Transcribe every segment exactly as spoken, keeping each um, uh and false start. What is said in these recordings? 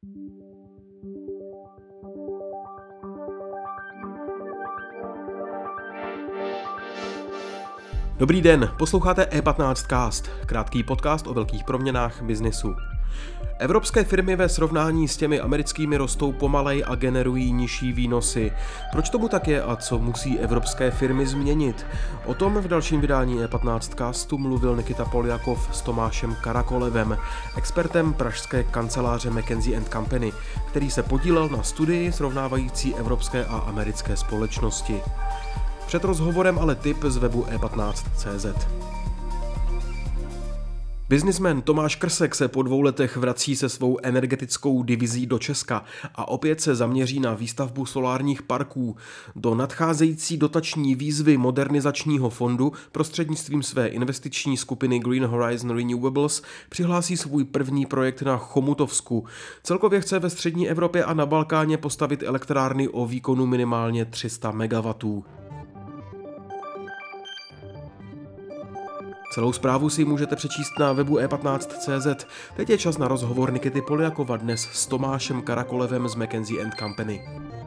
Dobrý den, posloucháte E patnáct Cast, krátký podcast o velkých proměnách biznesu. Evropské firmy ve srovnání s těmi americkými rostou pomalej a generují nižší výnosy. Proč tomu tak je a co musí evropské firmy změnit? O tom v dalším vydání E patnáct Castu mluvil Nikita Poljakov s Tomášem Karakolevem, expertem pražské kanceláře McKinsey and Company, který se podílel na studii srovnávající evropské a americké společnosti. Před rozhovorem ale tip z webu e patnáct tečka cé zet. Biznismen Tomáš Krsek se po dvou letech vrací se svou energetickou divizí do Česka a opět se zaměří na výstavbu solárních parků. Do nadcházející dotační výzvy modernizačního fondu prostřednictvím své investiční skupiny Green Horizon Renewables přihlásí svůj první projekt na Chomutovsku. Celkově chce ve střední Evropě a na Balkáně postavit elektrárny o výkonu minimálně tři sta megawattů. Celou zprávu si můžete přečíst na webu e patnáct tečka cé zet. Teď je čas na rozhovor Nikity Poljakova dnes s Tomášem Karakolevem z McKinsey and Company.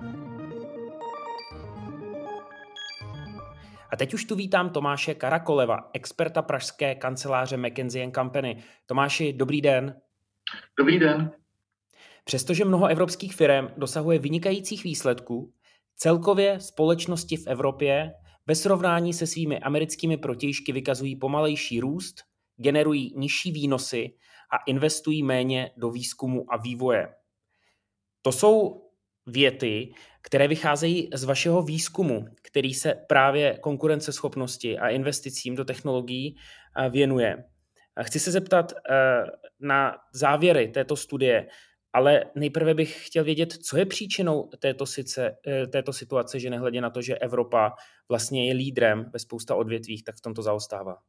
A teď už tu vítám Tomáše Karakoleva, experta pražské kanceláře McKinsey and Company. Tomáši, dobrý den. Dobrý den. Přestože mnoho evropských firm dosahuje vynikajících výsledků, celkově společnosti v Evropě ve srovnání se svými americkými protějšky vykazují pomalejší růst, generují nižší výnosy a investují méně do výzkumu a vývoje. To jsou věty, které vycházejí z vašeho výzkumu, který se právě konkurenceschopnosti a investicím do technologií věnuje. Chci se zeptat na závěry této studie, ale nejprve bych chtěl vědět, co je příčinou této, sice, této situace, že nehledě na to, že Evropa vlastně je lídrem ve spousta odvětvích, tak v tomto zaostává.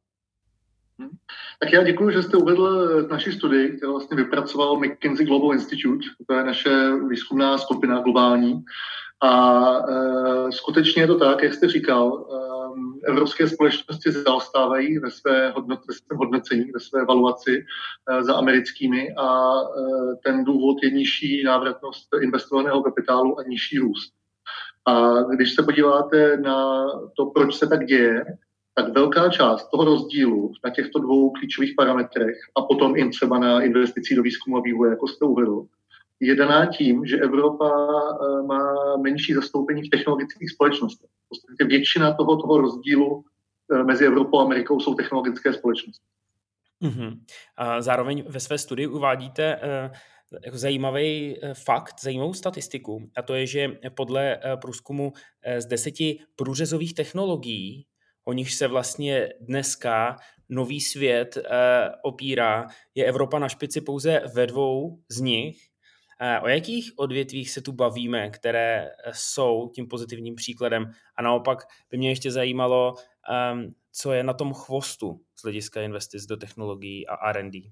Tak já děkuji, že jste uvedl naši studii, kterou vlastně vypracoval McKinsey Global Institute, to je naše výzkumná skupina globální. A e, skutečně je to tak, jak jste říkal, e, evropské společnosti zaostávají ve své hodnot, ve svém hodnocení, ve své valuaci e, za americkými a e, ten důvod je nižší návratnost investovaného kapitálu a nižší růst. A když se podíváte na to, proč se tak děje, tak velká část toho rozdílu na těchto dvou klíčových parametrech a potom i třeba na investicí do výzkumu a vývoje, jako jste uvedl, je daná tím, že Evropa má menší zastoupení v technologických společnostech. Prostě většina toho, toho rozdílu mezi Evropou a Amerikou jsou technologické společnosti. Mm-hmm. A zároveň ve své studii uvádíte jako zajímavý fakt, zajímavou statistiku, a to je, že podle průzkumu z deseti průřezových technologií, o nichž se vlastně dneska nový svět opírá, je Evropa na špici pouze ve dvou z nich. O jakých odvětvích se tu bavíme, které jsou tím pozitivním příkladem? A naopak by mě ještě zajímalo, co je na tom chvostu z hlediska investic do technologií a R and D.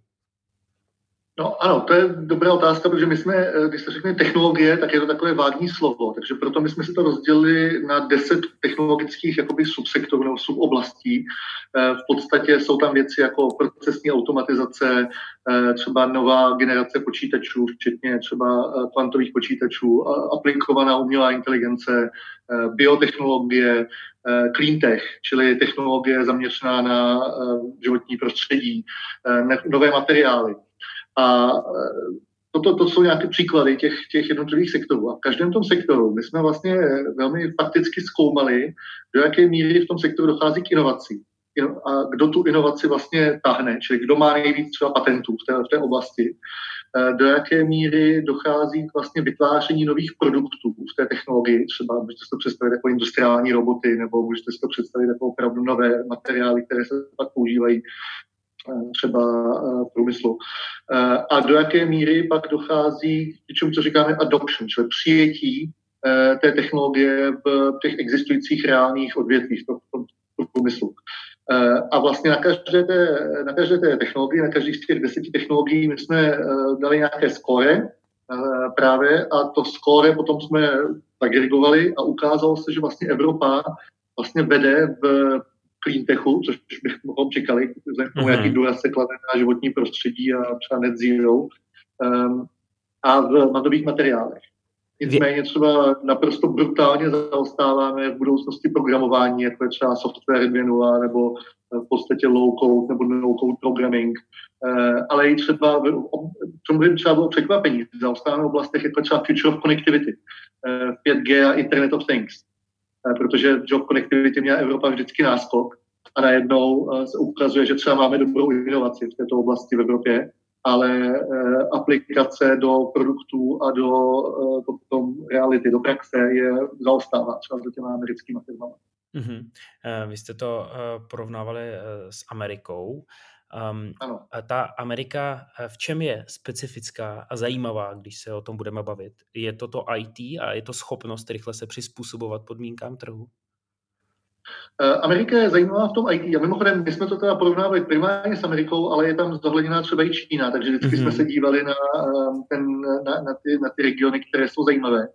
No ano, to je dobrá otázka, protože my jsme, když se řekne technologie, tak je to takové vágní slovo, takže proto my jsme si to rozdělili na deset technologických jakoby subsektorů nebo suboblastí. V podstatě jsou tam věci jako procesní automatizace, třeba nová generace počítačů, včetně třeba kvantových počítačů, aplikovaná umělá inteligence, biotechnologie, clean tech, čili technologie zaměřená na životní prostředí, nové materiály. A toto to jsou nějaké příklady těch, těch jednotlivých sektorů. A v každém tom sektoru my jsme vlastně velmi fakticky zkoumali, do jaké míry v tom sektoru dochází k inovaci. A kdo tu inovaci vlastně tahne, čili kdo má nejvíc třeba patentů v té, v té oblasti, do jaké míry dochází k vlastně vytváření nových produktů v té technologii. Třeba můžete si to představit jako industriální roboty, nebo můžete si to představit jako opravdu nové materiály, které se pak používají třeba v průmyslu. A do jaké míry pak dochází k čemu, co říkáme adoption, čili přijetí té technologie v těch existujících reálných odvětvích v průmyslu. A vlastně na každé té, na každé té technologii, na každých z těch deseti technologií my jsme dali nějaké skóre právě a to skóre potom jsme agregovali a ukázalo se, že vlastně Evropa vlastně vede v cleantechu, což bychom čekali, vzhledem k tomu, jaký důraz se klade na životní prostředí a třeba net zero. Um, a v madových materiálech. Nicméně třeba naprosto brutálně zaostáváme v budoucnosti programování, jako je třeba software dvě tečka nula nebo v podstatě low-code nebo no-code programming, ale i třeba, čemu by třeba bylo překvapení, zaostáváme v oblastech jako třeba future of connectivity, pět G a Internet of Things, protože v connectivity měla Evropa vždycky náskok a najednou se ukazuje, že třeba máme dobrou inovaci v této oblasti v Evropě, ale eh, aplikace do produktů a do eh, potom reality, do praxe je zaostává třeba za těma americkými firmami. Mm-hmm. Vy jste to uh, porovnávali uh, s Amerikou. Um, ano. A ta Amerika v čem je specifická a zajímavá, když se o tom budeme bavit? Je to to í té a je to schopnost rychle se přizpůsobovat podmínkám trhu? Amerika je zajímavá v tom í té a mimochodem my jsme to teda porovnávali primárně s Amerikou, ale je tam zohledněná třeba i Čína, takže vždycky mm-hmm. jsme se dívali na, ten, na, na, ty, na ty regiony, které jsou zajímavé.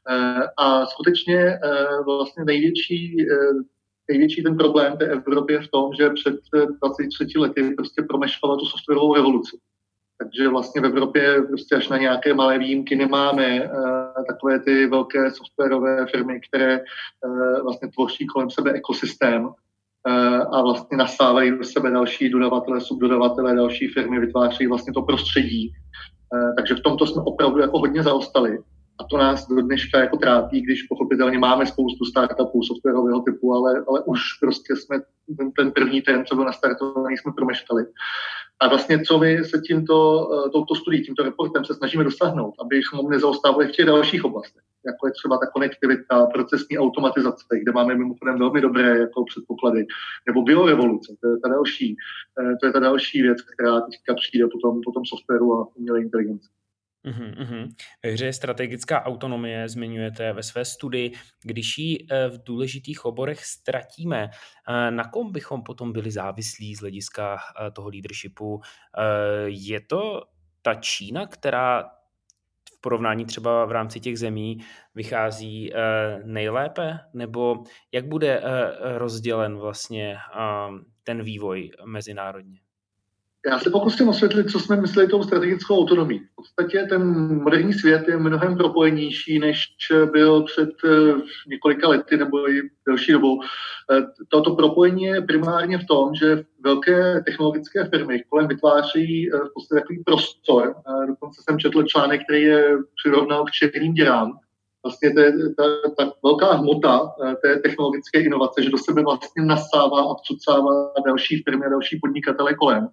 A skutečně vlastně největší, největší ten problém té Evropy je v tom, že před dvaceti třemi lety prostě promeškala tu softwarovou revoluci. Takže vlastně v Evropě prostě až na nějaké malé výjimky nemáme uh, takové ty velké softwarové firmy, které uh, vlastně tvoří kolem sebe ekosystém uh, a vlastně nasávají do sebe další dodavatele, subdodavatele, další firmy, vytváří vlastně to prostředí. Uh, takže v tomto jsme opravdu jako hodně zaostali. A to nás do dneška jako trápí, když pochopitelně máme spoustu startupů softwarového typu, ale, ale už prostě jsme ten, ten první trend, co byl nastartovaný, jsme promeškali. A vlastně, co my se tímto, touto studií, tímto reportem se snažíme dosáhnout, abychom nezaostávali v těch dalších oblastech, jako je třeba ta konektivita, procesní automatizace, kde máme mimochodem velmi dobré jako předpoklady, nebo biorevoluce, to je ta další, to je ta další věc, která teďka přijde po tom, po tom softwaru a umělé inteligenci. Uhum, uhum. Ve hře je strategická autonomie, zmiňujete ve své studii. Když ji v důležitých oborech ztratíme, na kom bychom potom byli závislí z hlediska toho leadershipu? Je to ta Čína, která v porovnání třeba v rámci těch zemí vychází nejlépe? Nebo jak bude rozdělen vlastně ten vývoj mezinárodně? Já se pokusím osvětlit, co jsme mysleli tou strategickou autonomií. V podstatě ten moderní svět je mnohem propojenější, než byl před několika lety nebo i delší dobou. Toto propojení je primárně v tom, že velké technologické firmy kolem vytváří v podstatě takový prostor. Dokonce jsem četl článek, který je přirovnal k černým děrám. Vlastně to je ta, ta velká hmota té technologické inovace, že do sebe vlastně nasává a vcucává další firmy a další podnikatele kolem.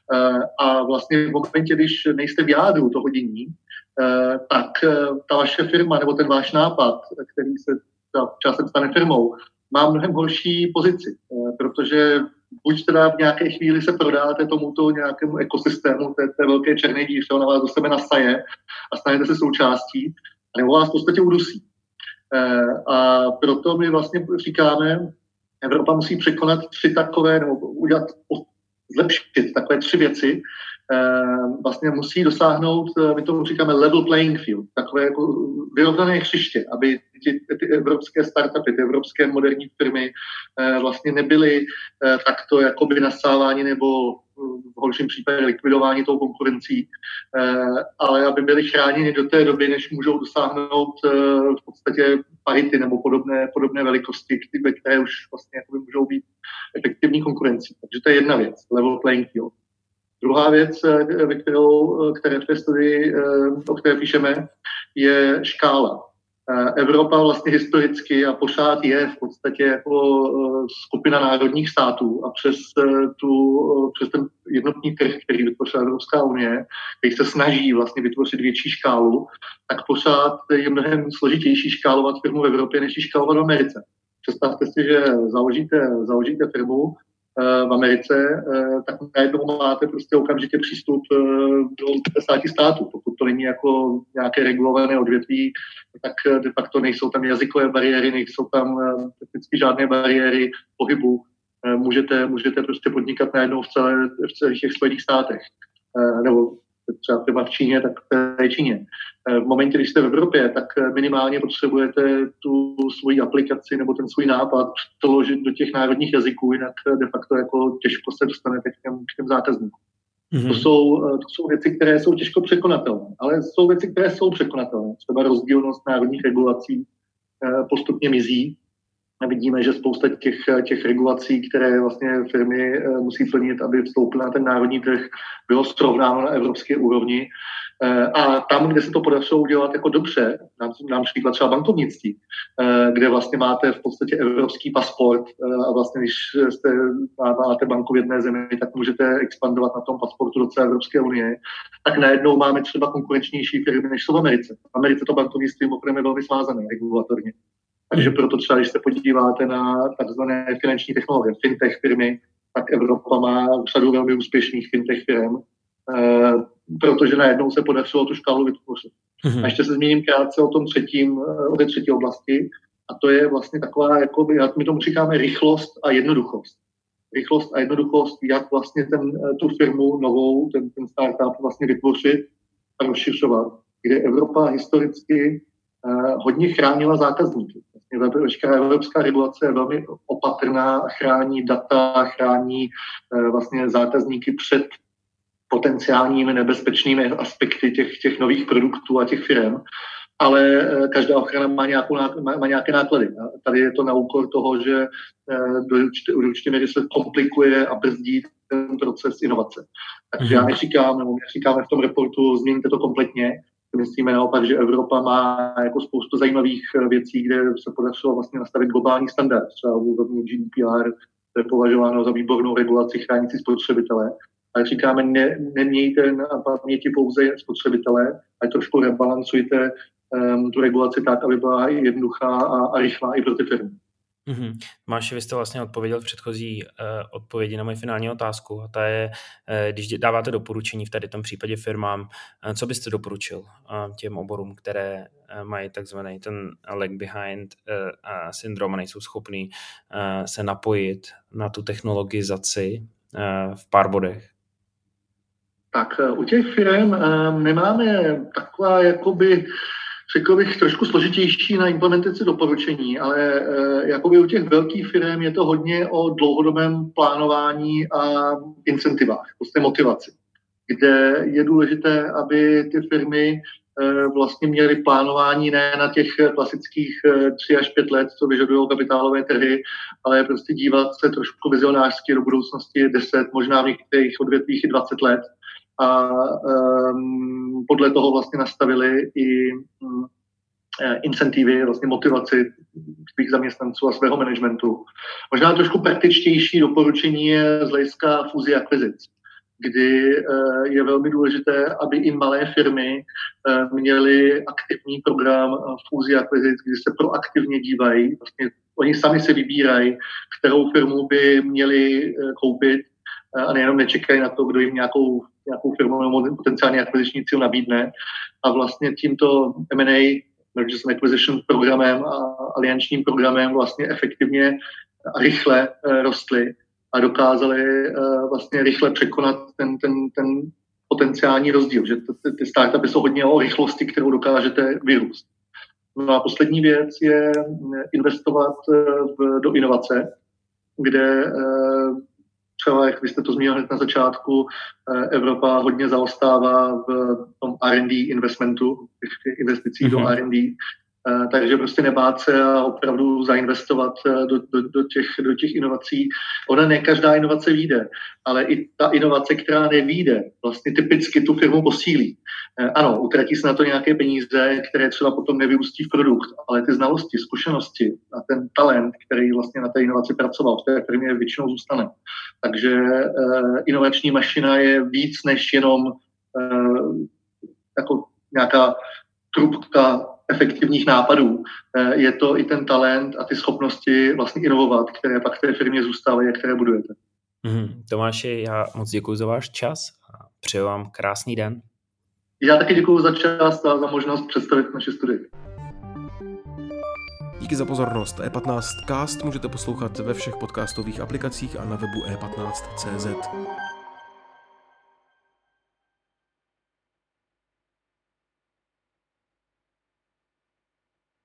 A vlastně v momentě, když nejste v jádru toho dění, tak ta vaše firma nebo ten váš nápad, který se časem stane firmou, má mnohem horší pozici, protože buď teda v nějaké chvíli se prodáte tomuto nějakému ekosystému, té, té velké černé díře, ona vás do sebe nasaje a stanete se součástí, nebo vás v podstatě udusí. A proto my vlastně říkáme, Evropa musí překonat tři takové, nebo udělat, zlepšit takové tři věci. Vlastně musí dosáhnout, my tomu říkáme level playing field, takové jako vyrovnané hřiště, aby ty, ty evropské startupy, ty evropské moderní firmy vlastně nebyly takto jakoby nasáváni nebo v horším případě likvidování tou konkurencí, ale aby byly chráněni do té doby, než můžou dosáhnout v podstatě parity nebo podobné, podobné velikosti, které už vlastně jakoby můžou být efektivní konkurencí. Takže to je jedna věc, level playing field. Druhá věc, ve kterou, které v té studii, o které píšeme, je škála. Evropa vlastně historicky a pořád je v podstatě jako skupina národních států a přes, tu, přes ten jednotný trh, který vytvořila Evropská unie, který se snaží vlastně vytvořit větší škálu, tak pořád je mnohem složitější škálovat firmu v Evropě, než ji škálovat v Americe. Představte si, že založíte, založíte firmu v Americe, tak najednou máte prostě okamžitě přístup do padesát států. Pokud to není jako nějaké regulované odvětví, tak de facto nejsou tam jazykové bariéry, nejsou tam prakticky žádné bariéry pohybu. Můžete, můžete prostě podnikat najednou v, celé, v celých těch Spojených státech. Nebo třeba třeba v Číně, tak v té Číně. V momentě, když jste v Evropě, tak minimálně potřebujete tu svoji aplikaci nebo ten svůj nápad přeložit do těch národních jazyků, jinak de facto jako těžko se dostanete k těm, k těm zákazníkům. Mm-hmm. To jsou, to jsou věci, které jsou těžko překonatelné, ale jsou věci, které jsou překonatelné. Třeba rozdílnost národních regulací postupně mizí. A vidíme, že spousta těch, těch regulací, které vlastně firmy musí plnit, aby vstoupily na ten národní trh, bylo srovnáno na evropské úrovni. A tam, kde se to podařilo udělat jako dobře, nám příklad třeba bankovnictví, kde vlastně máte v podstatě evropský pasport a vlastně, když jste, máte banku v jedné zemi, tak můžete expandovat na tom pasportu do celé Evropské unie, tak najednou máme třeba konkurenčnější firmy, než jsou v Americe. V Americe to bankovnictví opravdu je velmi svázané regulatorně. Takže proto třeba, když se podíváte na takzvané finanční technologie, fintech firmy, tak Evropa má řadu velmi úspěšných fintech firm, eh, protože najednou se podařilo tu škálu vytvořit. Mm-hmm. A ještě se zmíním krátce o tom třetím, o té třetí oblasti, a to je vlastně taková, jakoby, jak my tomu říkáme, rychlost a jednoduchost. Rychlost a jednoduchost, jak vlastně ten, tu firmu novou, ten, ten startup vlastně vytvořit a rozšiřovat, kde Evropa historicky eh, hodně chránila zákazníky. Vlastně veškerá evropská regulace je velmi opatrná, chrání data, chrání eh, vlastně zákazníky před potenciálními nebezpečnými aspekty těch, těch nových produktů a těch firm, ale eh, každá ochrana má, nějakou, má, má nějaké náklady. A tady je to na úkor toho, že eh, do určité, určité míry se komplikuje a brzdí ten proces inovace. Takže já neříkám, nebo neříkáme v tom reportu, změníte to kompletně. Myslíme naopak, že Evropa má jako spoustu zajímavých věcí, kde se podařilo vlastně nastavit globální standard. Třeba úrovni G D P R, to je považováno za výbornou regulaci chránící spotřebitele. Ale říkáme, ne, nemějte na paměti pouze spotřebitele, ale trošku rebalancujte um, tu regulaci tak, aby byla jednoduchá a, a rychlá i pro ty firmy. Mm-hmm. Máš, vy jste vlastně odpověděl v předchozí uh, odpovědi na moji finální otázku a ta je, uh, když dáváte doporučení v tady tom případě firmám, uh, co byste doporučil uh, těm oborům, které uh, mají takzvaný ten lag behind uh, uh, syndrom a nejsou schopní uh, se napojit na tu technologizaci uh, v pár bodech? Tak uh, u těch firm uh, nemáme taková jakoby řekl bych, trošku složitější na implementaci doporučení, ale e, jakoby u těch velkých firm je to hodně o dlouhodobém plánování a incentivách, prostě motivaci, kde je důležité, aby ty firmy e, vlastně měly plánování ne na těch klasických e, tři až pět let, co vyžadují kapitálové trhy, ale prostě dívat se trošku vizionářsky do budoucnosti deset, možná v některých odvětvích i dvacet let. A um, podle toho vlastně nastavili i um, incentivy, vlastně motivaci svých zaměstnanců a svého managementu. Možná trošku praktičtější doporučení je z hlediska fúzí akvizic, kdy uh, je velmi důležité, aby i malé firmy uh, měly aktivní program fúzí akvizic, kdy se proaktivně dívají, vlastně oni sami se vybírají, kterou firmu by měli uh, koupit, a nejenom nečekají na to, kdo jim nějakou, nějakou firmu nebo potenciálně akviziční cíl nabídne. A vlastně tímto M and A, Mergers and Acquisition programem a aliančním programem vlastně efektivně a rychle uh, rostly a dokázali uh, vlastně rychle překonat ten, ten, ten potenciální rozdíl. Že ty, ty startupy jsou hodně o rychlosti, kterou dokážete vyrůst. No a poslední věc je investovat uh, v, do inovace, kde uh, třeba, jak vy jste to zmínil hned na začátku, Evropa hodně zaostává v tom R and D investmentu, těch investicích mm-hmm. do R and D, takže prostě nebát se a opravdu zainvestovat do, do, do, těch, do těch inovací. Ona ne každá inovace vyjde, ale i ta inovace, která nevyjde, vlastně typicky tu firmu posílí. Ano, utratí se na to nějaké peníze, které třeba potom nevyústí v produkt, ale ty znalosti, zkušenosti a ten talent, který vlastně na té inovaci pracoval, v té firmě většinou zůstane. Takže uh, inovační mašina je víc než jenom uh, jako nějaká trubka efektivních nápadů. Je to i ten talent a ty schopnosti vlastně inovovat, které pak v té firmě zůstávají a které budujete. Mm, Tomáši, já moc děkuji za váš čas a přeju vám krásný den. Já taky děkuji za čas a za možnost představit naše studii. Díky za pozornost. E patnáct Cast můžete poslouchat ve všech podcastových aplikacích a na webu e patnáct tečka cé zet.